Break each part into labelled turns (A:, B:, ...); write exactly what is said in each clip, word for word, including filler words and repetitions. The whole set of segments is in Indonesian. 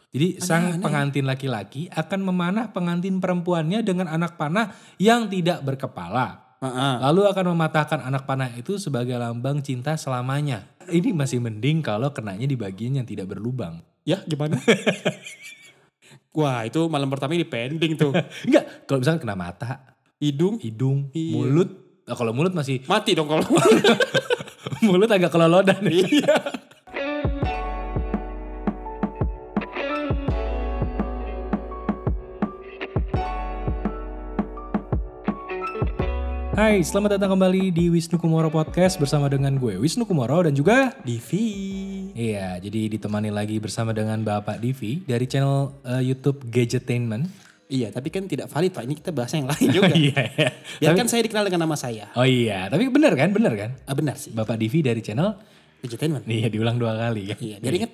A: Jadi sang
B: Aneh-aneh.
A: pengantin laki-laki akan memanah pengantin perempuannya dengan anak panah yang tidak berkepala.
B: Heeh.
A: Lalu akan mematahkan anak panah itu sebagai lambang cinta selamanya. Ini masih mending kalau kenanya di bagian yang tidak berlubang.
B: Ya gimana? Wah itu malam pertama ini pending tuh.
A: Enggak, kalau misalkan kena mata,
B: Hidung
A: hidung,
B: Iya.
A: mulut. Nah, kalau mulut masih,
B: mati dong kalau.
A: mulut agak kelolodan.
B: Iya.
A: Hai, selamat datang kembali di Wisnu Kumoro Podcast bersama dengan gue Wisnu Kumoro dan juga
B: Divi.
A: Iya, jadi ditemani lagi bersama dengan Bapak Divi dari channel uh, YouTube Gadgetainment.
B: Iya tapi kan tidak valid Pak, ini kita bahas yang lain juga.
A: Iya, iya.
B: Biarkan
A: Tapi-
B: saya dikenal dengan nama saya.
A: Oh iya, tapi benar kan, benar kan?
B: Ah, benar sih.
A: Bapak Divi dari channel,
B: Entertainment.
A: iya diulang dua kali ya.
B: Iya biar ingat.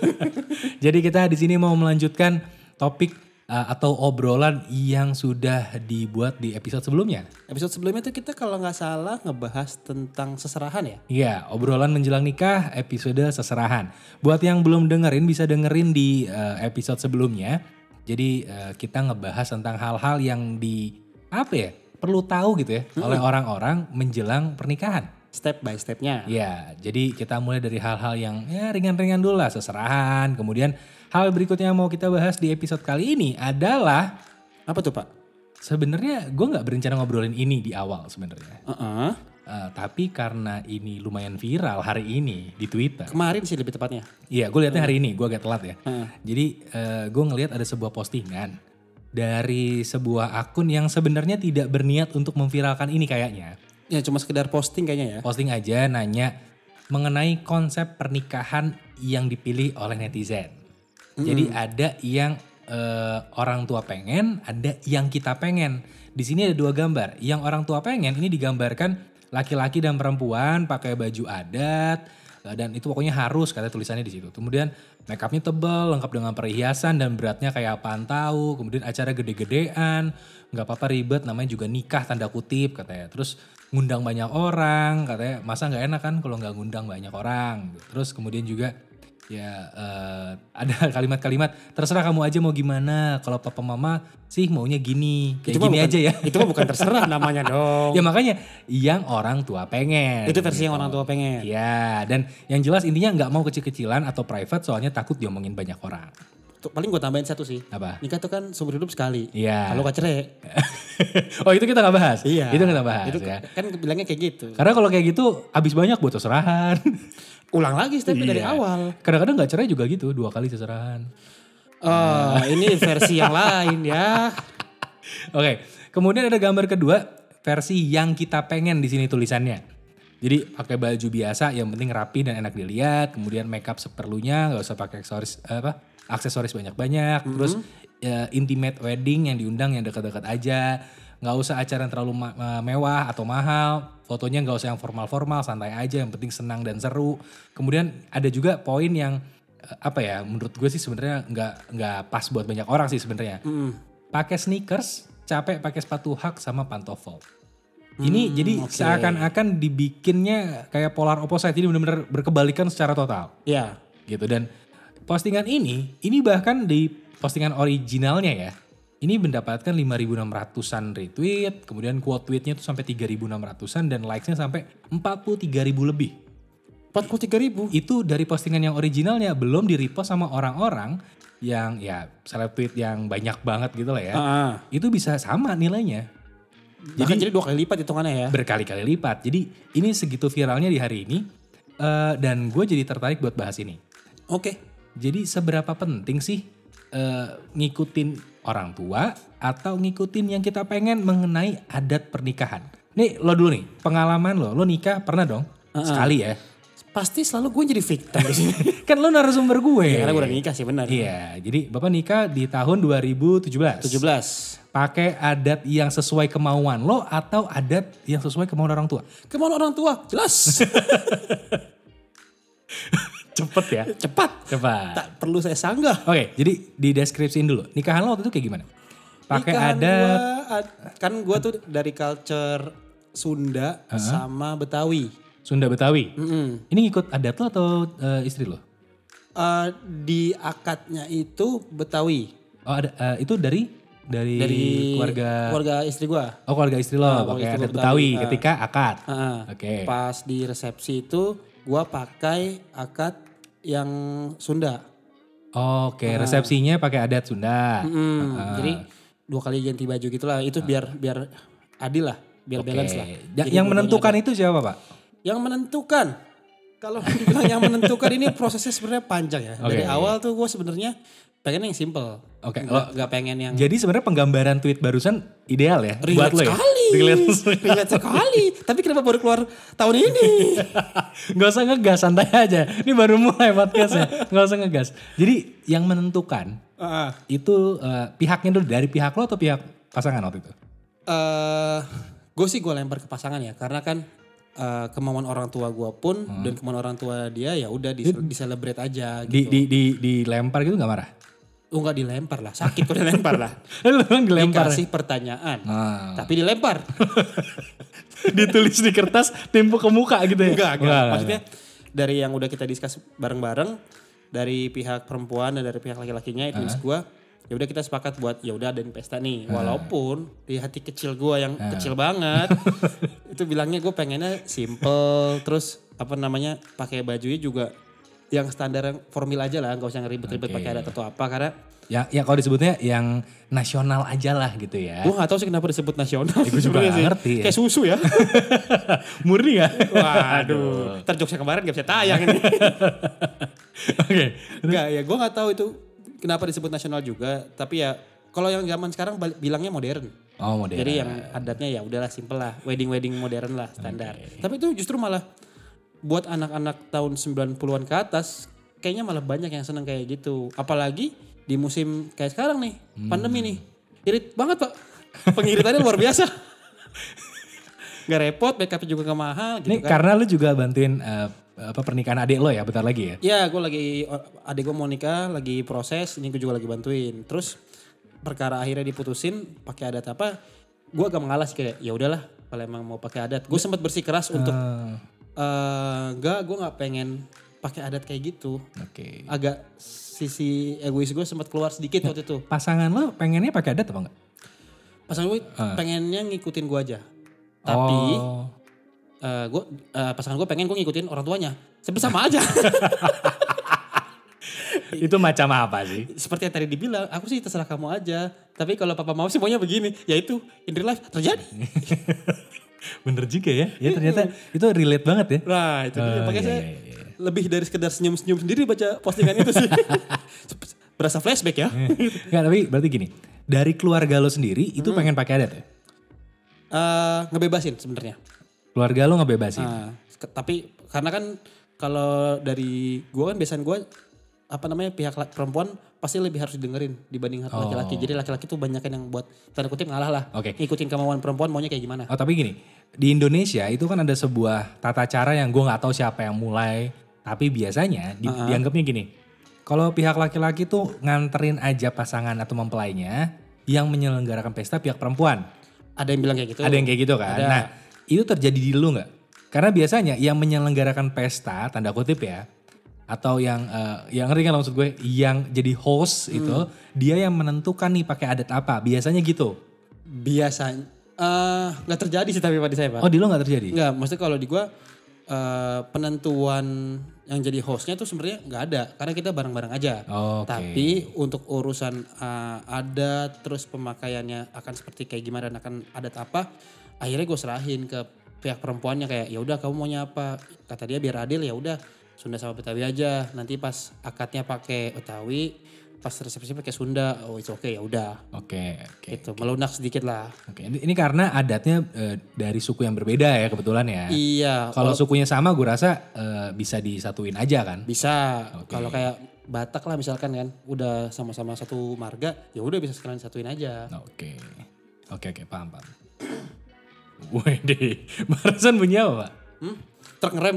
A: Jadi kita di sini mau melanjutkan topik uh, atau obrolan yang sudah dibuat di episode sebelumnya.
B: Episode sebelumnya tuh kita kalau nggak salah ngebahas tentang seserahan ya.
A: Iya, obrolan menjelang nikah episode seserahan. Buat yang belum dengerin bisa dengerin di uh, episode sebelumnya. Jadi uh, kita ngebahas tentang hal-hal yang di apa ya perlu tahu gitu ya oleh orang-orang menjelang pernikahan.
B: Step by stepnya.
A: Iya, jadi kita mulai dari hal-hal yang ya ringan-ringan dulu lah, seserahan. Kemudian hal berikutnya yang mau kita bahas di episode kali ini adalah
B: Apa tuh Pak?
A: sebenarnya gue nggak berencana ngobrolin ini di awal sebenarnya.
B: Heeh.
A: Uh, tapi karena ini lumayan viral hari ini di Twitter.
B: Kemarin sih lebih tepatnya.
A: Iya, gue liatnya hari ini, gue agak telat ya.
B: Heeh.
A: Jadi uh, gue ngelihat ada sebuah postingan dari sebuah akun yang sebenarnya tidak berniat untuk memviralkan ini kayaknya.
B: Ya cuma sekedar posting kayaknya ya.
A: Posting aja nanya mengenai konsep pernikahan yang dipilih oleh netizen. Jadi ada yang uh, orang tua pengen, ada yang kita pengen. Di sini ada dua gambar. Yang orang tua pengen ini digambarkan laki-laki dan perempuan pakai baju adat uh, dan itu pokoknya harus kata tulisannya di situ. Kemudian make upnya tebal, lengkap dengan perhiasan dan beratnya kayak apaan tahu. Kemudian acara gede-gedean, nggak apa-apa ribet, namanya juga nikah tanda kutip katanya. Terus ngundang banyak orang katanya, masa nggak enak kan kalau nggak ngundang banyak orang. Terus kemudian juga ya uh, ada kalimat-kalimat terserah kamu aja mau gimana, kalau papa mama sih maunya gini, kayak
B: Itu mah
A: gini
B: bukan-
A: aja ya.
B: Itu mah bukan terserah namanya dong.
A: Ya makanya yang orang tua pengen.
B: Itu versi yang orang tua pengen.
A: Ya, dan yang jelas intinya nggak mau kecil-kecilan atau private soalnya takut diomongin banyak orang.
B: Tuh, paling gue tambahin satu sih.
A: Apa?
B: Nikah tuh kan seumur hidup sekali.
A: Iya.
B: Kalau gak cerai.
A: Oh itu kita nggak bahas?
B: Iya.
A: Itu kita bahas
B: Itu
A: ya.
B: kan bilangnya kayak gitu.
A: Karena kalau kayak gitu habis banyak buat seserahan.
B: Ulang lagi stepnya dari
A: Iya.
B: awal.
A: Kadang-kadang nggak cerai juga gitu, dua kali seserahan.
B: Oh, ini versi yang lain ya.
A: Oke, kemudian ada gambar kedua versi yang kita pengen di sini tulisannya. Jadi pakai baju biasa yang penting rapi dan enak dilihat, kemudian makeup seperlunya, nggak usah pakai aksesoris apa aksesoris banyak-banyak, terus ya, intimate wedding yang diundang yang dekat-dekat aja, nggak usah acara yang terlalu ma- ma- mewah atau mahal, fotonya nggak usah yang formal-formal, santai aja, yang penting senang dan seru. Kemudian ada juga poin yang eh, apa ya, menurut gue sih sebenarnya nggak nggak pas buat banyak orang sih sebenarnya. Pakai sneakers, capek pakai sepatu hak sama pantofel. Ini jadi
B: oke.
A: seakan-akan dibikinnya kayak polar opposite, ini benar-benar berkebalikan secara total
B: Ya.
A: gitu. Dan postingan ini, ini bahkan di postingan originalnya ya, ini mendapatkan lima ribu enam ratusan retweet, kemudian quote tweetnya tuh sampai tiga ribu enam ratusan dan likesnya sampai empat puluh tiga ribu lebih.
B: empat puluh tiga ribu.
A: Itu dari postingan yang originalnya, belum di repost sama orang-orang yang ya seleb tweet yang banyak banget gitu lah ya.
B: Ah,
A: Itu bisa sama nilainya.
B: jadi jadi dua kali lipat hitungannya ya.
A: Berkali-kali lipat. Jadi ini segitu viralnya di hari ini. eh, dan gue jadi tertarik buat bahas ini.
B: Oke.
A: Jadi seberapa penting sih eh, ngikutin orang tua atau ngikutin yang kita pengen mengenai adat pernikahan? Nih lo dulu nih, pengalaman lo, lo nikah pernah dong? Sekali ya.
B: Pasti selalu gue jadi victim di sini.
A: Kan lo narasumber gue.
B: Ya, karena gue udah nikah sih benar.
A: Iya, jadi Bapak nikah di tahun dua ribu tujuh belas.
B: tujuh belas.
A: Pakai adat yang sesuai kemauan lo atau adat yang sesuai kemauan orang tua?
B: Kemana orang tua? Jelas.
A: Cepet ya.
B: Cepat.
A: Cepat.
B: Tak perlu saya sanggah.
A: Oke, jadi di deskripsiin dulu. Nikahan lo waktu itu kayak gimana? Pakai
B: Nikahan
A: adat.
B: gua, ad- kan gue tuh dari culture Sunda sama Betawi.
A: Sunda Betawi.
B: Mm-mm.
A: Ini ngikut adat lo atau eh, istri lo?
B: Uh, di akadnya itu Betawi.
A: Oh ada uh, itu dari dari,
B: Dari
A: keluarga
B: keluarga istri gua.
A: Oh keluarga istri lo
B: Nah,
A: pakai
B: keluarga
A: adat
B: istri gua
A: Betawi
B: Betawi.
A: ketika akad.
B: Uh, uh.
A: Oke. Okay.
B: Pas di resepsi itu gua pakai akad yang Sunda.
A: Oh, Oke, okay. uh. resepsinya pakai adat Sunda.
B: Mm-hmm. Uh. Jadi dua kali ganti baju gitulah. Itu uh. biar biar adil lah, biar okay. balance lah.
A: Jadi yang menentukan itu siapa Pak?
B: Yang menentukan, kalau dibilang yang menentukan ini prosesnya sebenarnya panjang ya. Okay. Dari awal tuh gue sebenarnya pengen yang simple.
A: Oke. Okay.
B: Gak, gak pengen yang.
A: Jadi sebenarnya penggambaran tweet barusan ideal ya
B: relate
A: buat lo ya.
B: Relate sekali. Relate sekali. Tapi kenapa baru keluar tahun ini?
A: Gak usah ngegas, santai aja. Ini baru mulai podcastnya. Gak usah ngegas. Jadi yang menentukan uh. itu uh, pihaknya dulu dari pihak lo atau pihak pasangan waktu itu?
B: Uh, gue sih gue lempar ke pasangan ya, karena kan uh, kemauan orang tua gue pun hmm. dan kemauan orang tua dia ya udah di, di celebrate aja. Gitu.
A: Di, di, di, dilempar gitu nggak marah?
B: Oh nggak dilempar lah, sakit kok dilempar lah.
A: Lu kan dilempar.
B: Dikasih pertanyaan,
A: ah.
B: tapi dilempar.
A: Ditulis di kertas, tempo ke muka gitu ya?
B: Enggak, enggak. Maksudnya dari yang udah kita discuss bareng-bareng, dari pihak perempuan dan dari pihak laki-lakinya itu uh. gue, ya udah kita sepakat buat ya udah adain pesta nih. Uh. Walaupun di hati kecil gue yang uh. kecil banget, itu bilangnya gue pengennya simple, terus apa namanya pakai bajunya juga yang standar yang formal aja lah, gak usah ngeribet-ribet okay. pakai adat atau apa, karena
A: ya, ya kalau disebutnya yang nasional aja lah gitu ya.
B: Gue gak tahu sih kenapa disebut nasional.
A: Ya, gue juga gak ngerti ya.
B: Kayak susu ya.
A: Murni ya.
B: Waduh. Ntar jokesnya kemarin gak bisa tayang ini.
A: Oke. Okay.
B: Enggak ya, gue gak tahu itu kenapa disebut nasional juga. Tapi ya kalau yang zaman sekarang bilangnya modern.
A: Oh modern.
B: Jadi yang adatnya ya udahlah simple lah. Wedding-wedding modern lah standar. Okay. Tapi itu justru malah buat anak-anak tahun sembilan puluhan ke atas kayaknya malah banyak yang seneng kayak gitu. Apalagi di musim kayak sekarang nih, hmm. pandemi nih. Irit banget Pak. Pengiritannya luar biasa. Gak repot, make up juga gak mahal gitu. Nih
A: kan. Karena lu juga bantuin uh, apa pernikahan adik lo ya bentar lagi ya?
B: Iya gue lagi, adik gue mau nikah, lagi proses, ini gue juga lagi bantuin. Terus perkara akhirnya diputusin pakai adat apa, gue agak mengalah sih kayak ya udahlah kalau emang mau pakai adat. Gue sempat bersikeras untuk... Uh. Uh, enggak, gue nggak pengen pakai adat kayak gitu.
A: Oke. Okay.
B: Agak sisi egois gue sempat keluar sedikit
A: nah,
B: waktu itu.
A: Pasangan lo pengennya pakai adat apa enggak?
B: Pasangan gue uh. pengennya ngikutin gue aja. Tapi oh. uh, gue uh, pasangan gue pengen gue ngikutin orang tuanya. Sebenarnya sama aja.
A: Itu macam apa sih?
B: Seperti yang tadi dibilang, aku sih terserah kamu aja. Tapi kalau papa mau sih maunya begini, ya itu in real life terjadi.
A: Bener juga ya, ya ternyata itu relate banget ya.
B: Nah itu dia,
A: oh,
B: makanya
A: iya,
B: saya
A: iya, iya.
B: lebih dari sekedar senyum-senyum sendiri baca postingan itu sih. Berasa flashback ya.
A: Enggak, tapi berarti gini, dari keluarga lo sendiri itu hmm. pengen pakai adat ya?
B: Uh, ngebebasin sebenarnya.
A: Keluarga lo ngebebasin?
B: Uh, ke, tapi karena kan kalau dari gue kan biasanya gue apa namanya pihak perempuan pasti lebih harus didengerin dibanding oh. laki-laki. Jadi laki-laki tuh banyak yang buat tanda kutip ngalah lah.
A: Oke. Okay.
B: Ngikutin kemauan perempuan maunya kayak gimana.
A: Oh tapi gini, di Indonesia itu kan ada sebuah tata cara yang gue gak tahu siapa yang mulai. Tapi biasanya di, uh-huh. dianggapnya gini. Kalau pihak laki-laki tuh nganterin aja pasangan atau mempelainya yang menyelenggarakan pesta pihak perempuan.
B: Ada yang bilang kayak gitu.
A: Ada yang kayak gitu kan.
B: Ada.
A: Nah itu terjadi di lu gak? Karena biasanya yang menyelenggarakan pesta tanda kutip ya. Atau yang uh, yang ngerti kan maksud gue yang jadi host hmm. itu dia yang menentukan nih pakai adat apa biasanya gitu.
B: Biasanya uh, nggak terjadi sih tapi pada saya Pak.
A: Oh di lo nggak terjadi?
B: Nggak, maksudnya kalau di gue uh, penentuan yang jadi hostnya tuh sebenarnya nggak ada karena kita bareng-bareng aja.
A: Oh, okay.
B: Tapi untuk urusan uh, adat terus pemakaiannya akan seperti kayak gimana dan akan adat apa, akhirnya gue serahin ke pihak perempuannya kayak ya udah kamu maunya apa, kata dia biar adil ya udah. Sunda sama Betawi aja. Nanti pas akadnya pakai Betawi, pas resepsi pakai Sunda. Oh, it's okay ya udah.
A: Oke, okay, oke. Okay,
B: gitu,
A: okay.
B: melunak sedikit lah.
A: Oke, okay. Ini karena adatnya e, dari suku yang berbeda ya kebetulan ya.
B: Iya.
A: Kalau sukunya sama gue rasa e, bisa disatuin aja kan?
B: Bisa. Okay. Kalau kayak Batak lah misalkan kan, udah sama-sama satu marga, ya udah bisa sekalian satuin aja.
A: Oke. Okay. Oke, okay, oke, okay, paham, paham. Wede, barusan bunyi apa, Pak?
B: Hmm? Truk ngerem.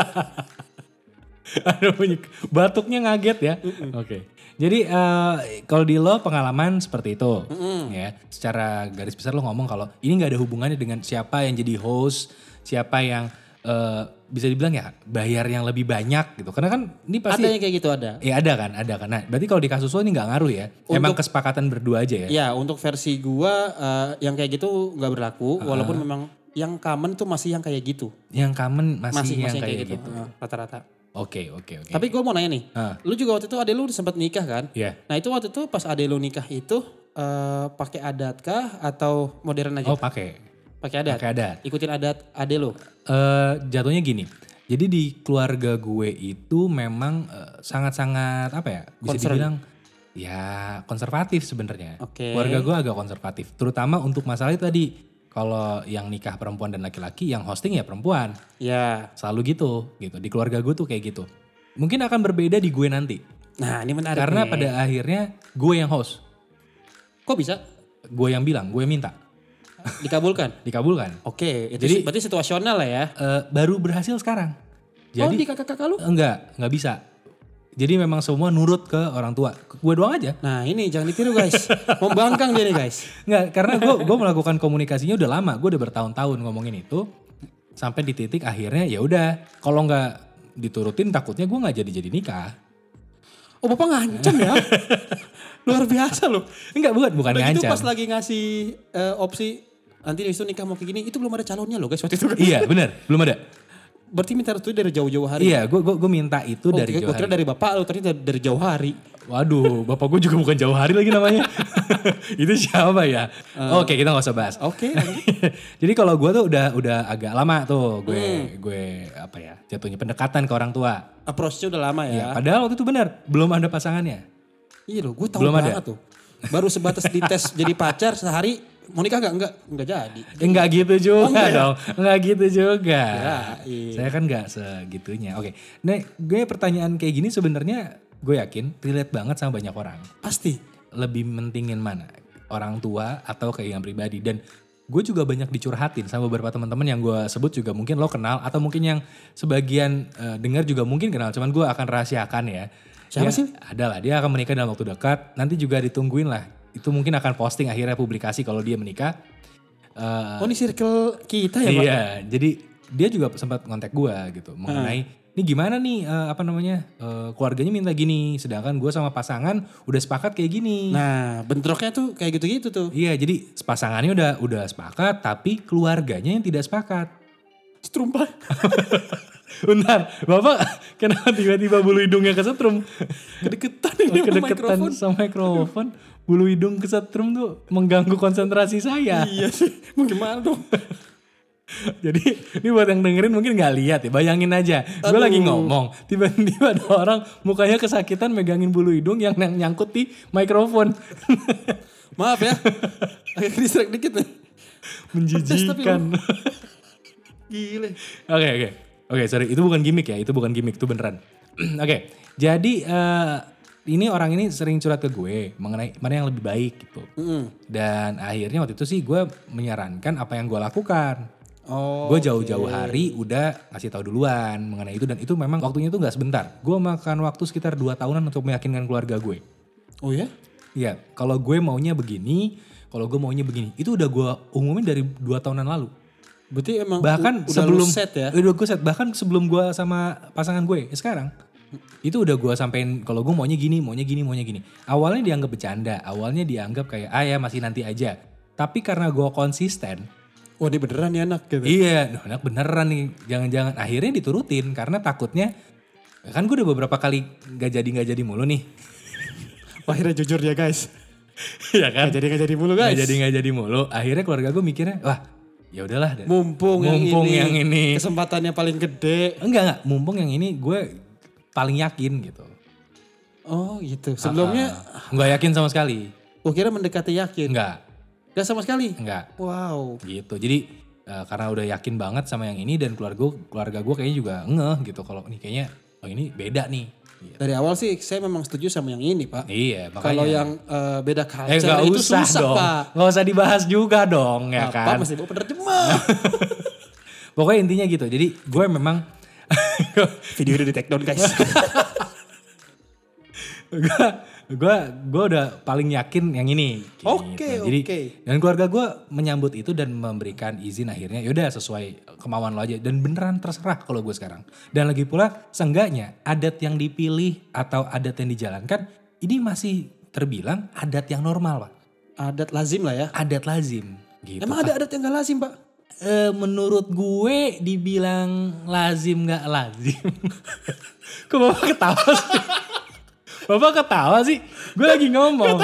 A: Ada bunyi batuknya ngaget ya. Oke. Okay. Jadi uh, kalau di lo pengalaman seperti itu Mm-mm. ya. Secara garis besar lo ngomong kalau ini nggak ada hubungannya dengan siapa yang jadi host, siapa yang uh, bisa dibilang ya bayar yang lebih banyak gitu. Karena kan ini pasti.
B: Ada yang kayak gitu ada.
A: Ya ada kan, ada kan. Nah, berarti kalau di kasus lo ini nggak ngaruh ya? Untuk, emang kesepakatan berdua aja ya?
B: Ya untuk versi gua uh, yang kayak gitu nggak berlaku. Uh. Walaupun memang yang common tuh masih yang kayak gitu.
A: Yang common masih, masih yang,
B: masih
A: kayak,
B: kayak
A: gitu.
B: gitu. Uh, rata-rata.
A: Oke, oke, oke.
B: Tapi gue mau nanya nih, uh. lu juga waktu itu adek lu sempat nikah kan?
A: Iya. Yeah.
B: Nah itu waktu itu pas adek lu nikah itu uh, pakai adat kah atau modern aja?
A: Oh pakai.
B: Pakai adat?
A: Pakai adat.
B: Ikutin adat adek lu?
A: Uh, jatuhnya gini, jadi di keluarga gue itu memang uh, sangat-sangat apa ya, bisa Concern. dibilang ya konservatif sebenarnya.
B: Okay.
A: Keluarga gue agak konservatif, terutama untuk masalah itu tadi. Kalau yang nikah perempuan dan laki-laki, yang hosting ya perempuan.
B: Ya.
A: Selalu gitu, gitu. Di keluarga gue tuh kayak gitu. Mungkin akan berbeda di gue nanti.
B: Nah ini menarik
A: Karena
B: nih.
A: pada akhirnya gue yang host.
B: Kok bisa?
A: Gue yang bilang, gue yang minta.
B: Dikabulkan?
A: Dikabulkan.
B: Oke, itu
A: jadi
B: berarti situasional lah ya?
A: Uh, baru berhasil sekarang.
B: Jadi, oh di kakak-kakak lu?
A: Enggak, enggak bisa. Jadi memang semua nurut ke orang tua. Gue doang aja.
B: Nah ini jangan ditiru guys. Membangkang dia nih guys.
A: Enggak, karena gue gue melakukan komunikasinya udah lama. Gue udah bertahun-tahun ngomongin itu. Sampai di titik akhirnya ya udah. Kalau nggak diturutin takutnya gue nggak jadi-jadi nikah.
B: Oh bapak ngancam ya? Luar biasa loh.
A: Enggak bukan, bukan
B: ngancam.
A: Begitu
B: pas lagi ngasih uh, opsi. Nanti itu nikah mau kayak gini. Itu belum ada calonnya loh guys waktu itu.
A: Iya benar, belum ada.
B: Berarti minta restu dari jauh-jauh hari?
A: Iya, gue gue minta itu oh, dari jauh hari.
B: Gue kira dari bapak lo, ternyata dari jauh hari.
A: Waduh, bapak gue juga bukan jauh hari lagi namanya. Itu siapa ya? Uh, Oke, kita gak usah bahas.
B: Oke. Okay.
A: Jadi kalau gue tuh udah udah agak lama tuh gue hmm. gue apa ya jatuhnya pendekatan ke orang tua.
B: Approach-nya udah lama ya?
A: ya? Padahal waktu itu benar belum ada pasangannya.
B: Iya loh, gue tahu banget ada. Tuh. Baru sebatas dites jadi pacar sehari. Mau nikah gak? Enggak, enggak jadi.
A: Enggak gitu juga oh, enggak dong. Ya? Enggak gitu juga.
B: Ya, iya.
A: Saya kan enggak segitunya. Oke. Nah, gue pertanyaan kayak gini sebenarnya gue yakin relate banget sama banyak orang.
B: Pasti.
A: Lebih mentingin mana? Orang tua atau keinginan pribadi. Dan gue juga banyak dicurhatin sama beberapa teman-teman yang gue sebut juga mungkin lo kenal. Atau mungkin yang sebagian uh, dengar juga mungkin kenal. Cuman gue akan rahasiakan ya.
B: Siapa
A: dia,
B: sih?
A: Adalah, dia akan menikah dalam waktu dekat. Nanti juga ditungguin lah. Itu mungkin akan posting akhirnya publikasi kalau dia menikah. Uh,
B: oh ini circle kita ya Pak?
A: Iya, jadi dia juga sempat ngontak gue gitu. Mengenai, hmm. ini gimana nih uh, apa namanya, uh, keluarganya minta gini. Sedangkan gue sama pasangan udah sepakat kayak gini.
B: Nah bentroknya tuh kayak gitu-gitu tuh.
A: Iya, jadi pasangannya udah udah sepakat tapi keluarganya yang tidak sepakat.
B: Setrum Pak.
A: Bentar, Bapak kenapa tiba-tiba bulu hidungnya kesetrum?
B: Kedeketan ini
A: oh, kedeketan sama mikrofon. Bulu hidung kesetrum tuh mengganggu konsentrasi saya.
B: Iya sih, mau gimana dong?
A: Jadi ini buat yang dengerin mungkin gak lihat ya, bayangin aja. Gue lagi ngomong, tiba-tiba ada orang mukanya kesakitan megangin bulu hidung yang nyangkut di mikrofon.
B: Maaf ya, agak distract dikit nih.
A: Menjijikan.
B: Gile.
A: Oke oke. Oke sorry, itu bukan gimmick ya, itu bukan gimmick, itu beneran. Oke, okay, jadi uh, ini orang ini sering curhat ke gue mengenai mana yang lebih baik gitu. Mm. Dan akhirnya waktu itu sih gue menyarankan apa yang gue lakukan. Oh, gue jauh-jauh okay. hari udah ngasih tahu duluan mengenai itu dan itu memang waktunya tuh gak sebentar. Gue makan waktu sekitar dua tahunan untuk meyakinkan keluarga gue.
B: Oh ya?
A: Iya, kalau gue maunya begini, kalau gue maunya begini. Itu udah gue umumin dari dua tahunan lalu.
B: Berarti emang
A: bahkan
B: udah
A: sebelum
B: set ya?
A: Udah gue set, bahkan sebelum gue sama pasangan gue ya sekarang. Itu udah gue sampein kalau gue maunya gini, maunya gini, maunya gini. Awalnya dianggap bercanda, awalnya dianggap kayak ah ya masih nanti aja. Tapi karena gue konsisten.
B: Wah ini beneran nih anak gitu.
A: Iya, anak beneran nih. Jangan-jangan akhirnya diturutin karena takutnya. Kan gue udah beberapa kali gak jadi gak jadi mulu nih.
B: Wah, akhirnya jujur ya guys.
A: Iya kan?
B: Gak jadi gak jadi mulu guys.
A: Gak jadi gak jadi mulu. Akhirnya keluarga gue mikirnya wah ya udahlah.
B: Mumpung,
A: mumpung
B: yang,
A: yang,
B: ini,
A: yang ini.
B: Kesempatannya paling gede.
A: Enggak enggak. Mumpung yang ini gue paling yakin gitu.
B: Oh gitu. Sebelumnya.
A: Uh, enggak yakin sama sekali.
B: Gue kira mendekati yakin.
A: Enggak.
B: Enggak sama sekali?
A: Enggak.
B: Wow.
A: Gitu. Jadi uh, karena udah yakin banget sama yang ini dan keluarga keluarga gue kayaknya juga ngeh gitu. Kalau ini kayaknya oh ini beda nih. Gitu.
B: Dari awal sih saya memang setuju sama yang ini Pak.
A: Iya makanya.
B: Kalau yang uh, beda culture
A: eh, gak
B: itu
A: usah
B: susah
A: dong.
B: Pak.
A: Gak usah dibahas juga dong ya
B: Bapak
A: kan.
B: Bapak masih mau penerjemah.
A: Pokoknya intinya gitu. Jadi gue memang.
B: Video ini di take down guys.
A: gue gue udah paling yakin yang ini. Gitu.
B: Oke,
A: Jadi,
B: oke.
A: dan keluarga gue menyambut itu dan memberikan izin akhirnya. Yaudah sesuai kemauan lo aja. Dan beneran terserah kalau gue sekarang. Dan lagi pula seenggaknya adat yang dipilih atau adat yang dijalankan ini masih terbilang adat yang normal Pak.
B: Adat lazim lah ya.
A: Adat lazim. Gitu,
B: Emang ada adat yang gak lazim Pak?
A: E, menurut gue dibilang lazim gak lazim. Kok Bapak ketawa sih? Bapak ketawa sih? Gue lagi ngomong.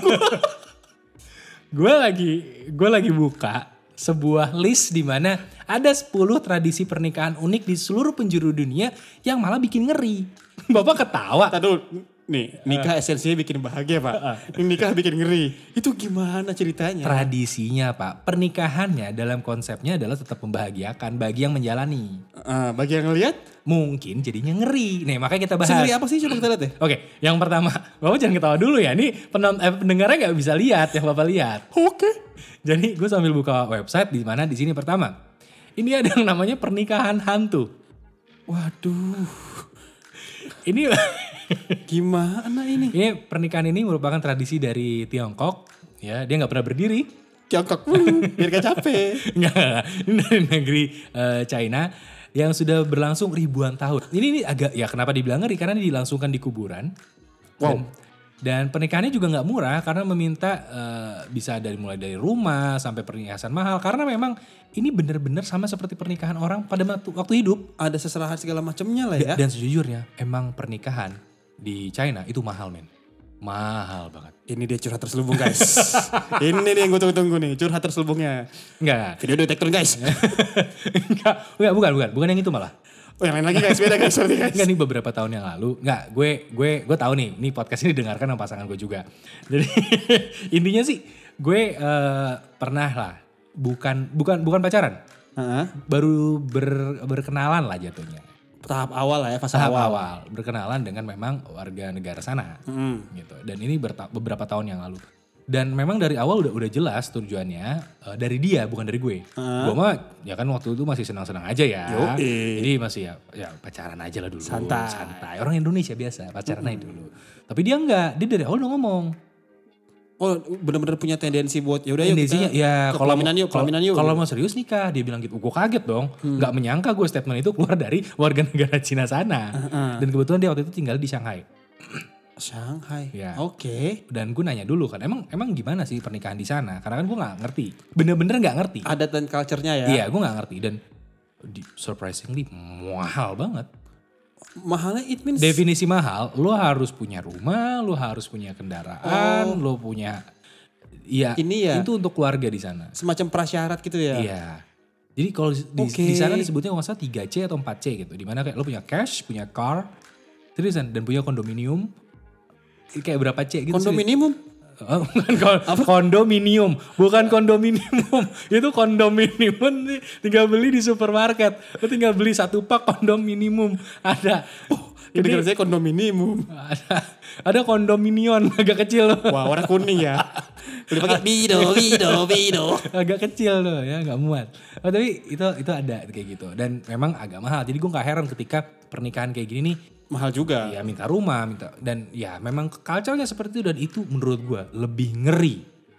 A: Gue lagi gue lagi buka sebuah list di mana ada sepuluh tradisi pernikahan unik di seluruh penjuru dunia yang malah bikin ngeri. Bapak ketawa.
B: Tadi dulu, nih nikah esensinya bikin bahagia Pak. Ini nikah bikin ngeri. Itu gimana ceritanya?
A: Tradisinya Pak, pernikahannya dalam konsepnya adalah tetap membahagiakan bagi yang menjalani.
B: Uh, bagi yang ngelihat?
A: Mungkin jadinya ngeri. Nih makanya kita bahas.
B: Ngeri apa sih coba kita lihat deh.
A: Oke, yang pertama, Bapak jangan ketawa dulu ya. Ini penon, eh, pendengarnya nggak bisa lihat yang Bapak lihat.
B: Oke.
A: Jadi gue sambil buka website di mana di sini pertama. Ini ada yang namanya pernikahan hantu.
B: Waduh.
A: Ini
B: gimana ini?
A: Ini pernikahan ini merupakan tradisi dari Tiongkok. Ya, dia nggak pernah berdiri.
B: Tiongkok, biar gak capek.
A: Nggak, ini dari negeri uh, China yang sudah berlangsung ribuan tahun. Ini, ini agak, ya kenapa dibilang ngeri? Karena ini dilangsungkan di kuburan.
B: Wow.
A: Dan, dan pernikahannya juga nggak murah karena meminta uh, bisa dari mulai dari rumah sampai perhiasan mahal. Karena memang ini benar-benar sama seperti pernikahan orang pada waktu hidup.
B: Ada seserahan segala macamnya lah ya.
A: Dan sejujurnya emang pernikahan di China itu mahal men. Mahal banget.
B: Ini dia curhat terselubung guys. Ini nih yang gue tunggu-tunggu nih, curhat terselubungnya.
A: Enggak.
B: Video detektor guys.
A: enggak, enggak, bukan, bukan. Bukan yang itu malah.
B: Oh yang lain lagi guys, beda guys, sorry guys.
A: Enggak nih beberapa tahun yang lalu. Enggak, gue gue gue tahu nih, ini podcast ini didengarkan sama pasangan gue juga. Jadi intinya sih gue uh, pernah lah, bukan bukan bukan pacaran.
B: Uh-huh.
A: Baru ber, berkenalan lah jatuhnya.
B: Tahap awal lah ya, fase
A: Tahap
B: awal.
A: awal. Berkenalan dengan memang warga negara sana.
B: Mm.
A: Gitu. Dan ini berta- beberapa tahun yang lalu. Dan memang dari awal udah udah jelas tujuannya uh, dari dia bukan dari gue.
B: Uh.
A: Gue mah ya kan waktu itu masih senang-senang aja ya.
B: Yoi.
A: Jadi masih ya, ya pacaran aja lah dulu.
B: Santai.
A: Santai. Orang Indonesia biasa pacaran aja dulu. Tapi dia enggak. Dia dari awal udah ngomong.
B: Oh bener-bener punya tendensi buat ya udah yuk
A: Tendensinya
B: kita
A: ya
B: ke
A: kalau
B: pelaminan yuk, pelaminan yuk.
A: Kalau mau serius nikah dia bilang gitu. Gue kaget dong. Hmm. Gak menyangka gue statement itu keluar dari warga negara Cina sana. Uh-uh. Dan kebetulan dia waktu itu tinggal di Shanghai.
B: Shanghai.
A: Ya.
B: Oke. Okay.
A: Dan gue nanya dulu kan, emang emang gimana sih pernikahan di sana? Karena kan gue nggak ngerti, bener-bener nggak ngerti.
B: Adat dan culture-nya ya.
A: Iya, gue nggak ngerti dan di, surprisingly mahal banget.
B: Mahalnya it means.
A: Definisi mahal, lo harus punya rumah, lo harus punya kendaraan, oh. lo punya, iya.
B: Ini ya.
A: Itu untuk keluarga di sana.
B: Semacam prasyarat gitu ya.
A: Iya. Jadi kalau di,
B: okay.
A: di sana disebutnya nggak salah tiga C atau empat C gitu. Dimana kayak lo punya cash, punya car, seriusan, dan punya kondominium. Kayak berapa C gitu.
B: Kondominium?
A: Oh, bukan kon- kondominium, bukan kondominium. Itu kondominium tinggal beli di supermarket. Lu tinggal beli satu pak kondom minimum. Ada.
B: Oh, ini dengar saya kondominium.
A: Ada. Ada kondominion agak kecil.
B: Wah, warna kuning ya. Boleh pakai bido, bido, bido.
A: Agak kecil loh ya, nggak muat. Oh, tapi itu itu ada kayak gitu dan memang agak mahal. Jadi gue nggak heran ketika pernikahan kayak gini nih
B: mahal juga.
A: Ya minta rumah, minta dan ya memang culture-nya seperti itu dan itu menurut gue lebih ngeri.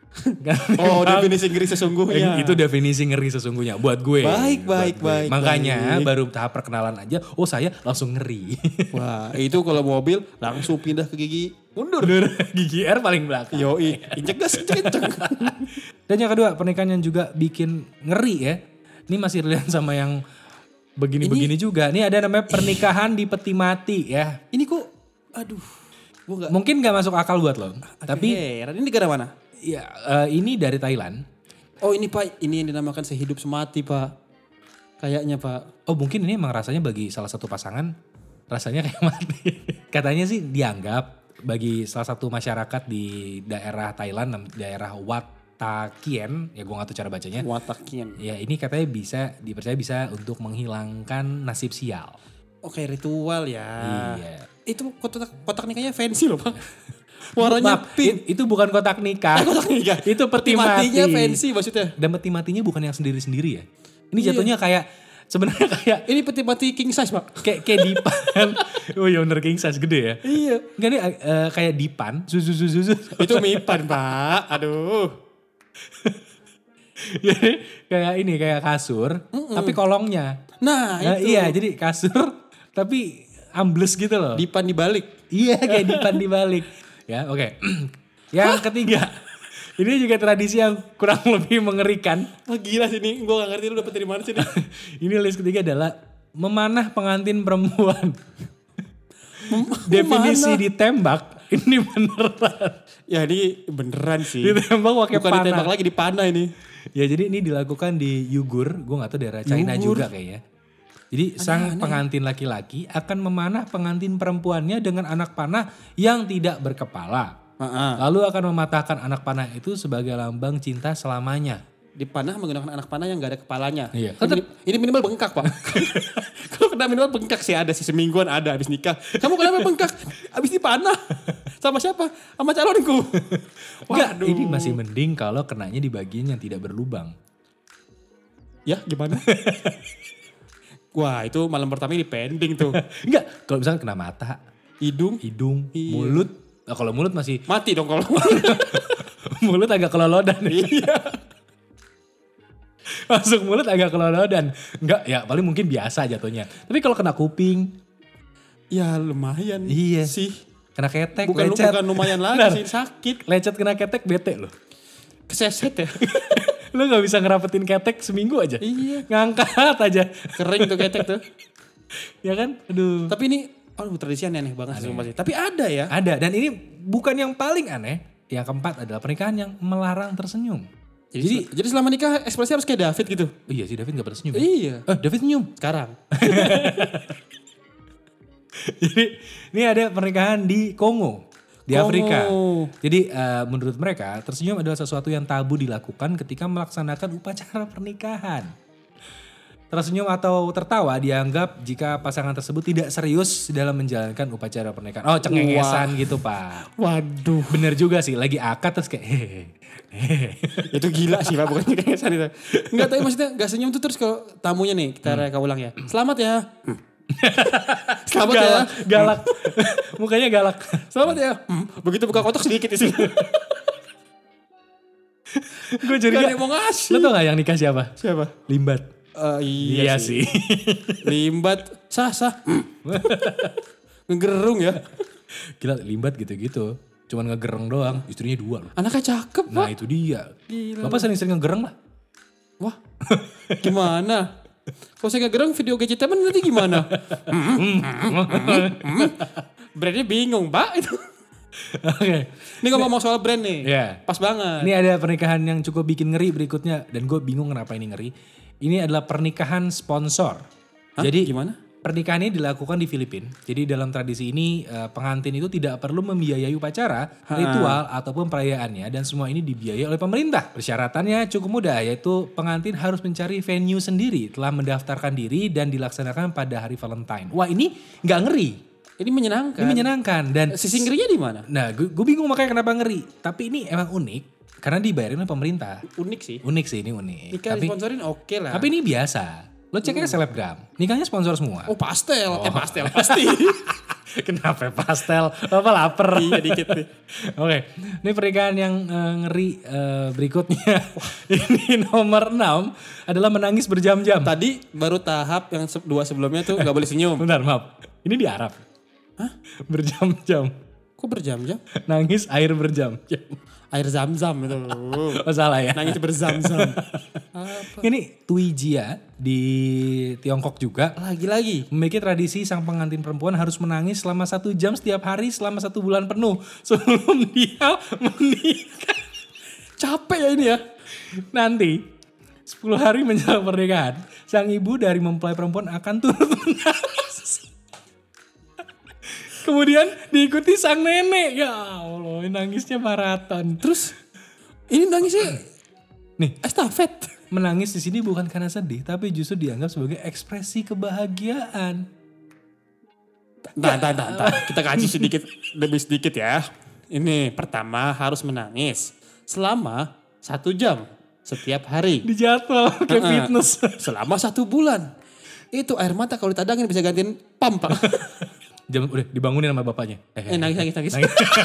B: Oh definisi ngeri sesungguhnya.
A: Itu definisi ngeri sesungguhnya buat gue.
B: Baik,
A: buat
B: baik,
A: gue.
B: baik.
A: Makanya
B: baik.
A: baru tahap perkenalan aja, oh saya langsung ngeri.
B: Wah itu kalau mobil langsung pindah ke gigi mundur.
A: Gigi R paling belakang.
B: Yoi, injek gas, injek.
A: Dan yang kedua pernikahan yang juga bikin ngeri ya. Ini masih relate sama yang begini-begini juga. Ini ada namanya pernikahan di peti mati ya.
B: Ini kok, aduh. Gua gak,
A: mungkin gak masuk akal buat lo. Tapi
B: heran, ini negara mana?
A: Ya uh, ini dari Thailand.
B: Oh ini Pak, ini yang dinamakan sehidup semati Pak. Kayaknya Pak.
A: Oh mungkin ini emang rasanya bagi salah satu pasangan rasanya kayak mati. Katanya sih dianggap bagi salah satu masyarakat di daerah Thailand, daerah Wat Takien, ya gue gak tahu cara bacanya.
B: Watakien.
A: Ya ini katanya bisa, dipercaya bisa untuk menghilangkan nasib sial.
B: Oke ritual ya.
A: Iya.
B: Itu kotak, kotak nikahnya fancy loh Pak. Warnanya
A: Maaf,
B: pink.
A: Itu bukan kotak nikah.
B: kotak nikah.
A: Itu peti mati.
B: Matinya fancy maksudnya.
A: Dan peti matinya bukan yang sendiri-sendiri ya. Ini jatuhnya iya. kayak sebenarnya kayak
B: Ini peti-peti king size Pak.
A: kayak kayak dipan. Oh iya bener king size gede ya.
B: Iya.
A: Enggak nih eh, kayak dipan, susu susu susu.
B: Itu mipan Pak. Aduh.
A: Jadi kayak ini kayak kasur, Mm-mm. tapi kolongnya.
B: Nah,
A: Nah,
B: itu.
A: iya jadi kasur tapi ambles gitu loh.
B: Dipan dibalik.
A: Iya kayak dipan dibalik. Ya oke. Yang ketiga. Ini juga tradisi yang kurang lebih mengerikan.
B: Wah gila sih ini. Gue gak ngerti lu dapet dari mana sih ini.
A: Ini list ketiga adalah memanah pengantin perempuan.
B: Mem-
A: Definisi
B: memanah.
A: ditembak. Ini beneran.
B: Ya ini beneran sih.
A: Ditembak pakai
B: Bukan
A: panah.
B: ditembak lagi dipanah ini.
A: Ya jadi ini dilakukan di Uyghur. Gue gak tahu daerah China
B: Uyghur.
A: juga kayaknya. Jadi sang pengantin laki-laki akan memanah pengantin perempuannya dengan anak panah yang tidak berkepala.
B: Uh-uh.
A: Lalu akan mematahkan anak panah itu sebagai lambang cinta selamanya.
B: Dipanah menggunakan anak panah yang gak ada kepalanya.
A: Iya.
B: Ini, mini- ini minimal bengkak Pak. Kalau kena minimal bengkak sih ada sih semingguan ada habis nikah. Kamu kenapa bengkak? Habis dipanah. Sama siapa? Sama calonku.
A: Enggak,
B: Waduh.
A: ini masih mending kalau kenanya di bagian yang tidak berlubang.
B: Ya gimana? Wah itu malam pertama ini pending tuh.
A: Enggak, kalau misalnya kena mata,
B: Hidung.
A: hidung,
B: Iya.
A: mulut. Nah, kalau mulut masih,
B: Mati dong kalau.
A: mulut agak kelolodan.
B: Iya.
A: Masuk mulut agak kelolodan. Enggak, ya paling mungkin biasa jatuhnya. Tapi kalau kena kuping,
B: Ya lumayan
A: Iya.
B: sih.
A: kena ketek,
B: Bukan,
A: lecet.
B: bukan lumayan lagi
A: Benar.
B: sih sakit.
A: Lecet kena ketek bete loh.
B: Keseset ya.
A: Lu gak bisa ngerapetin ketek seminggu aja.
B: Iya.
A: Ngangkat aja.
B: Kering tuh ketek tuh.
A: Ya kan? Aduh.
B: Tapi ini aduh tradisi aneh banget sih sumpah sih. Tapi ada ya.
A: Ada, dan ini bukan yang paling aneh. Yang keempat adalah pernikahan yang melarang tersenyum.
B: Jadi,
A: Jadi,
B: jadi selama nikah ekspresi harus kayak David gitu.
A: iya sih David gak pernah senyum.
B: Iya.
A: Eh David senyum.
B: Sekarang.
A: Jadi ini ada pernikahan di Kongo, di
B: Kongo.
A: Afrika. Jadi eh, menurut mereka tersenyum adalah sesuatu yang tabu dilakukan ketika melaksanakan upacara pernikahan. Tersenyum atau tertawa dianggap jika pasangan tersebut tidak serius dalam menjalankan upacara pernikahan. Oh cengengesan gitu Pak.
B: Waduh.
A: Bener juga sih, lagi akad terus kayak hehehe.
B: Itu gila sih Pak, bukan kesan itu. Enggak, tapi maksudnya gak senyum tuh terus kalau tamunya nih, kita reka ulang ya. Selamat ya. Hmm. Selamat ya.
A: Galak, galak. Mukanya galak.
B: Selamat ya. Hmm. Begitu buka kotak sedikit di sini.
A: Gue
B: Gak
A: curiga.
B: ada yang mau ngasih.
A: Lo tau gak yang nikah siapa?
B: Siapa?
A: Limbat.
B: Eh,
A: Iya
B: iya,
A: sih.
B: Limbat. Sah, sah. Hmm. Ngegerung ya.
A: Gila Limbat gitu-gitu. Cuman ngegereng doang. Istrinya dua loh.
B: Anaknya cakep
A: Nah
B: Pak.
A: itu dia.
B: Gila.
A: Bapak sering-sering ngegereng lah.
B: Wah. Gimana? Kalau saya ngegerung video gadget temen nanti gimana? Brandnya bingung Pak itu.
A: Oke.
B: Ini ngomong soal brand nih.
A: Iya.
B: Pas banget.
A: Ini ada pernikahan yang cukup bikin ngeri berikutnya. Dan gue bingung kenapa ini ngeri. Ini adalah pernikahan sponsor.
B: Hah?
A: Jadi
B: Gimana?
A: pernikahan ini dilakukan di Filipina. Jadi dalam tradisi ini eh, pengantin itu tidak perlu membiayai upacara, ritual ataupun perayaannya dan semua ini dibiayai oleh pemerintah. Persyaratannya cukup mudah yaitu pengantin harus mencari venue sendiri, telah mendaftarkan diri dan dilaksanakan pada hari Valentine. Wah ini nggak ngeri,
B: Ini menyenangkan.
A: ini menyenangkan dan
B: Sisi ngerinya di mana?
A: nah gue bingung makanya kenapa ngeri. Tapi ini emang unik karena dibayarin oleh pemerintah.
B: Unik sih.
A: Unik sih ini unik.
B: Nikah
A: Tapi,
B: disponsorin oke lah.
A: tapi ini biasa. Lo cek aja selebgram, nikahnya sponsor semua.
B: Oh pastel. Eh pastel pasti.
A: Kenapa pastel? Apa lapar?
B: Iya dikit nih.
A: Oke, ini pernikahan yang eh, ngeri eh, berikutnya. Ini nomor enam adalah menangis berjam-jam.
B: Tadi baru tahap yang se- dua sebelumnya tuh gak boleh senyum.
A: Bentar, maaf. Ini di Arab.
B: Hah?
A: Berjam-jam.
B: Kok berjam-jam?
A: Nangis air berjam-jam.
B: Air zam-zam itu.
A: Oh salah ya.
B: Nangis berzam-zam. Apa?
A: Ini Tuijia di Tiongkok juga.
B: Lagi-lagi.
A: Memiliki tradisi sang pengantin perempuan harus menangis selama satu jam setiap hari selama satu bulan penuh sebelum dia menikah.
B: Capek ya ini ya.
A: Nanti sepuluh hari menjelang pernikahan, sang ibu dari mempelai perempuan akan turut menangis. Kemudian diikuti sang nenek. Ya Allah, nangisnya maraton.
B: Terus ini nangisnya
A: Nih,
B: estafet.
A: menangis di sini bukan karena sedih, tapi justru dianggap sebagai ekspresi kebahagiaan.
B: Nah, nah, nah, nah. Kita kaji sedikit lebih sedikit ya. Ini pertama harus menangis selama satu jam setiap hari.
A: Dijadwal kayak
B: Uh-uh.
A: fitness.
B: Selama satu bulan. Itu air mata kalau ditadangin bisa gantiin pam Pak.
A: Jam udah dibangunin sama bapaknya.
B: Eh nangis nangis nangis.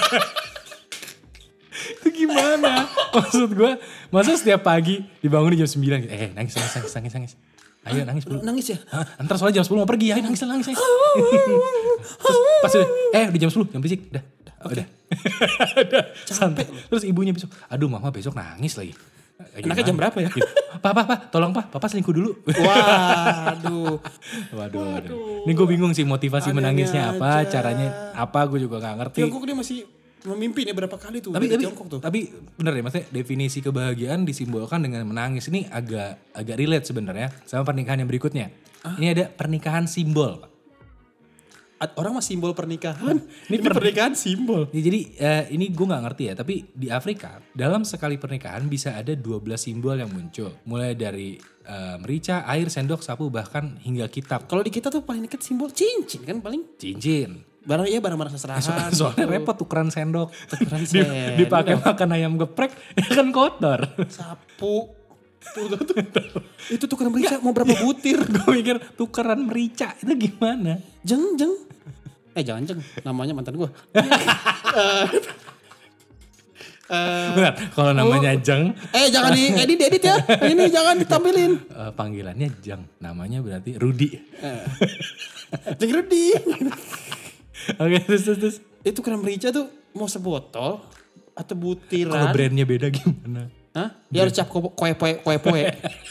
A: Itu gimana? Maksud gue, masa setiap pagi dibangunin jam sembilan gitu. Eh nangis nangis nangis nangis nangis. Ayo nangis dulu.
B: Nangis ya?
A: Hah, ntar soalnya jam sepuluh mau pergi. Ayo nangis nangis. nangis. Terus pas udah, eh udah jam sepuluh, jam berisik. Udah,
B: Oke.
A: udah. Udah, santai. Terus ibunya besok, aduh mama besok nangis lagi.
B: Anaknya jam berapa ya?
A: Gitu. Pak, pak, pak, tolong pak, papa selingkuh dulu.
B: Waduh.
A: Waduh, waduh. Ini gue bingung sih motivasi
B: Anehnya
A: menangisnya apa,
B: aja.
A: caranya apa, gue juga gak ngerti.
B: Tiongkok dia masih memimpin ya berapa kali tuh.
A: Tapi,
B: dari
A: tapi,
B: Tiongkok tuh.
A: tapi bener ya, maksudnya definisi kebahagiaan disimbolkan dengan menangis. Ini agak agak relate sebenarnya sama pernikahan yang berikutnya. Ah? Ini ada pernikahan simbol, Pak.
B: Orang mah simbol pernikahan.
A: Ini,
B: ini
A: per-
B: pernikahan simbol.
A: Ya, jadi uh, ini gue gak ngerti ya, tapi di Afrika dalam sekali pernikahan bisa ada dua belas simbol yang muncul. Mulai dari uh, merica, air, sendok, sapu, bahkan hingga kitab.
B: Kalau di kita tuh paling deket simbol cincin kan paling.
A: Cincin.
B: Barang iya barang-barang seserahan.
A: So, soalnya gitu. Repot tukeran sendok.
B: Tukeran
A: Di,
B: sendok.
A: dipakai makan ayam geprek, ya kan kotor.
B: Sapu. Tuh, tuh, tuh. Itu tukeran merica mau berapa butir?
A: Gue mikir tukeran merica itu gimana?
B: Jeng jeng. Eh jangan jeng, namanya mantan gue.
A: Benar, kalau namanya
B: oh,
A: Jeng.
B: Eh jangan di edit edit ya. Ini jangan ditampilin.
A: Uh, panggilannya Jeng, namanya berarti Rudi.
B: Uh, Jeng Rudi.
A: Oke, terus, terus, terus.
B: Itu keren merica tuh mau sebotol atau butiran?
A: Kalau brandnya beda gimana?
B: Hah? Ya harus cap kue kue kue kue.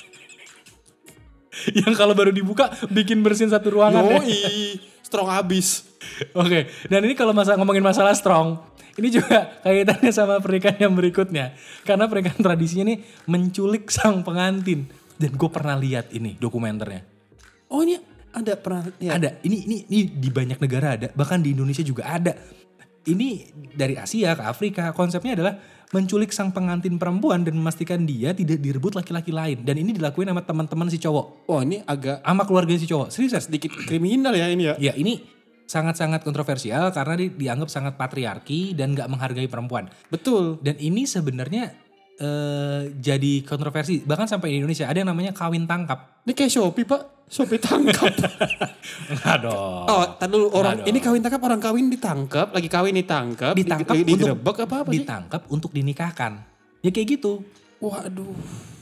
A: Yang kalau baru dibuka bikin bersin satu ruangan.
B: Yoi,
A: ya?
B: strong abis.
A: Oke, dan ini kalau masa ngomongin masalah strong, ini juga kaitannya sama pernikahan yang berikutnya. Karena pernikahan tradisinya nih menculik sang pengantin. Dan gue pernah lihat ini dokumenternya.
B: Oh ini ada pernah? Ya.
A: Ada, ini, ini, ini di banyak negara ada, bahkan di Indonesia juga ada. Ini dari Asia ke Afrika, konsepnya adalah menculik sang pengantin perempuan dan memastikan dia tidak direbut laki-laki lain. Dan ini dilakuin sama teman-teman si cowok.
B: Oh ini agak
A: sama keluarga si cowok. Serius
B: sedikit kriminal ya ini ya.
A: Ya ini sangat-sangat kontroversial karena di, dianggap sangat patriarki dan gak menghargai perempuan.
B: Betul.
A: Dan ini sebenarnya eh, jadi kontroversi. Bahkan sampai di Indonesia ada yang namanya kawin tangkap.
B: Ini kayak Shopee Pak. Shopee tangkap.
A: Enggak dong.
B: Oh, tadi dulu orang
A: Enggak
B: ini
A: dong.
B: kawin tangkap, orang kawin ditangkap, lagi kawin ditangkap,
A: Ditangkap
B: di, di,
A: untuk
B: digerebek apa apa sih?
A: ditangkap untuk dinikahkan. Ya kayak gitu.
B: Waduh.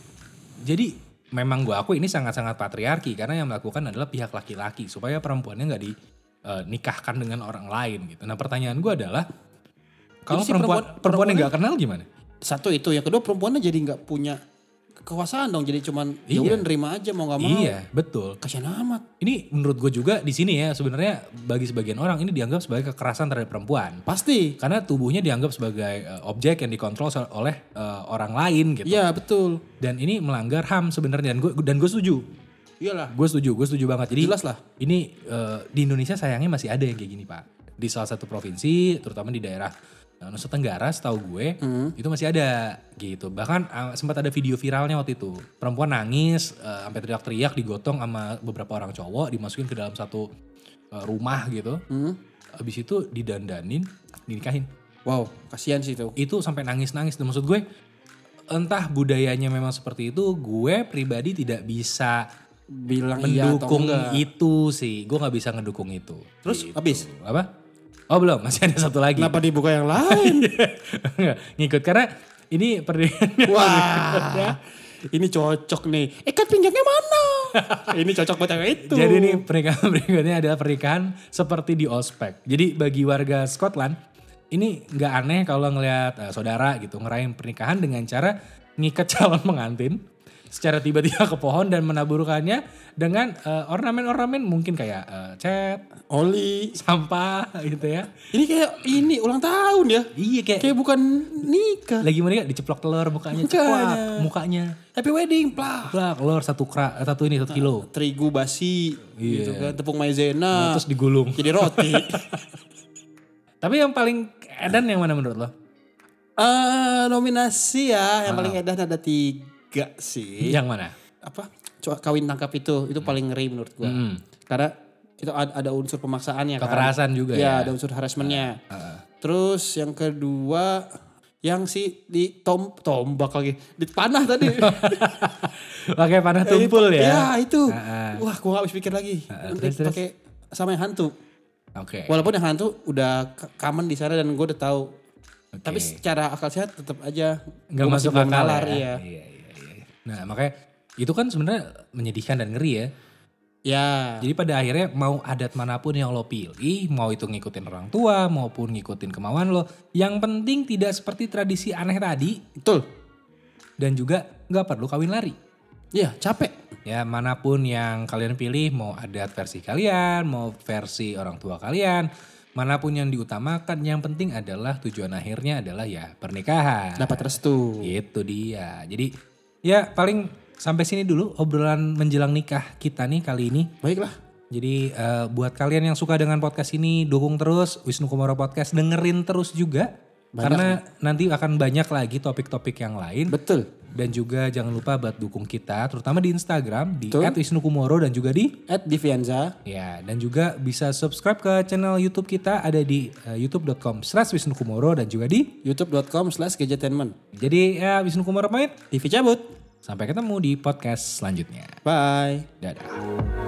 A: Jadi memang gue aku ini sangat-sangat patriarki karena yang melakukan adalah pihak laki-laki supaya perempuannya nggak dinikahkan dengan orang lain gitu. Nah pertanyaan gue adalah kalau
B: si
A: perempuan
B: perempuan-
A: perempuan yang nggak kenal gimana?
B: Satu itu, yang kedua perempuannya jadi nggak punya kekuasaan dong, jadi cuman ya
A: Iya.
B: udah nerima aja mau nggak mau.
A: Iya betul.
B: Kasian amat.
A: Ini menurut gue juga di sini ya sebenarnya bagi sebagian orang ini dianggap sebagai kekerasan terhadap perempuan.
B: Pasti.
A: Karena tubuhnya dianggap sebagai uh, objek yang dikontrol so- oleh uh, orang lain gitu.
B: Iya betul.
A: Dan ini melanggar H A M sebenarnya dan gue dan gue setuju.
B: Iyalah.
A: Gue setuju, gue setuju banget. Jadi
B: Jelas lah.
A: ini uh, di Indonesia sayangnya masih ada yang kayak gini Pak. Di salah satu provinsi, terutama di daerah uh, Nusa Tenggara, setahu gue
B: Hmm.
A: itu masih ada gitu. Bahkan uh, sempat ada video viralnya waktu itu. Perempuan nangis, uh, sampai teriak-teriak, digotong sama beberapa orang cowok, dimasukin ke dalam satu uh, rumah gitu.
B: Hmm.
A: Habis itu didandanin, dinikahin.
B: Wow, kasihan sih itu.
A: Itu sampai nangis-nangis. Dan maksud gue, entah budayanya memang seperti itu, gue pribadi tidak bisa
B: Bilang iya atau
A: mendukung
B: enggak.
A: itu sih. Gue gak bisa ngedukung itu.
B: Terus
A: Gitu.
B: habis?
A: Apa? Oh belum, masih ada satu lagi.
B: Kenapa dibuka yang lain?
A: Nggak, ngikut karena ini pernikahan.
B: Wah, ini cocok nih. Ikat pinggangnya mana? Ini cocok buat yang itu.
A: Jadi ini pernikahan berikutnya adalah pernikahan seperti di ospek. Jadi bagi warga Scotland, ini nggak aneh kalau ngelihat uh, saudara gitu ngerayain pernikahan dengan cara ngikat calon pengantin secara tiba-tiba ke pohon dan menaburkannya dengan uh, ornamen-ornamen mungkin kayak uh, cat,
B: oli,
A: sampah gitu ya.
B: ini kayak ini ulang tahun ya.
A: Iya kayak,
B: Kayak bukan nikah.
A: lagi menikah diceplok telur mukanya,
B: Mukanya.
A: ceplak mukanya.
B: Happy wedding, plak.
A: Plak, telur satu kra, satu ini satu kilo.
B: Terigu basi,
A: Iya.
B: gitu kan, tepung maizena,
A: Nah, terus digulung.
B: jadi roti.
A: Tapi yang paling edan yang mana menurut lo?
B: Eh nominasi ya, yang paling edan ada tiga sih.
A: Yang mana?
B: Apa? Coba kawin tangkap itu, itu paling ngeri menurut gua.
A: Hmm.
B: Karena itu ada, ada unsur pemaksaannya kan.
A: Kekerasan juga ya.
B: Ya, ada unsur harassmentnya.
A: Heeh.
B: Terus yang kedua Yang si di tom tombak lagi, di panah tadi.
A: Pakai panah tumpul ya.
B: Ya itu.
A: Uh-uh.
B: Wah, gue gak habis pikir lagi.
A: Uh-uh,
B: Nanti
A: terus, terus.
B: pakai sama yang hantu.
A: Oke. Okay.
B: Walaupun yang hantu udah common di sana dan gue udah tahu.
A: Okay.
B: Tapi secara akal sehat tetap aja
A: nggak masuk akal
B: nalar,
A: ya.
B: Iya.
A: Iya, iya, iya. Nah makanya itu kan sebenarnya menyedihkan dan ngeri ya.
B: Ya.
A: Jadi pada akhirnya mau adat manapun yang lo pilih, mau itu ngikutin orang tua maupun ngikutin kemauan lo, yang penting tidak seperti tradisi aneh tadi.
B: Betul.
A: Dan juga nggak perlu kawin lari.
B: Iya, capek.
A: Ya manapun yang kalian pilih, mau adat versi kalian, mau versi orang tua kalian, manapun yang diutamakan, yang penting adalah tujuan akhirnya adalah ya pernikahan.
B: Dapat restu.
A: Itu dia. Jadi ya paling sampai sini dulu obrolan menjelang nikah kita nih kali ini.
B: Baiklah.
A: Jadi uh, buat kalian yang suka dengan podcast ini, dukung terus Wisnu Kumoro Podcast, dengerin terus juga. Banyak. Karena nanti akan banyak lagi topik-topik yang lain.
B: Betul.
A: Dan juga jangan lupa buat dukung kita, terutama di Instagram di et wisnu kumoro dan juga di
B: et divianza.
A: Ya, dan juga bisa subscribe ke channel YouTube kita, ada di uh, youtube dot com slash wisnu kumoro dan juga di
B: youtube dot com slash gadgetainment.
A: Jadi ya Wisnu Kumoro pamit.
B: T V cabut.
A: Sampai ketemu di podcast selanjutnya.
B: Bye.
A: Dadah.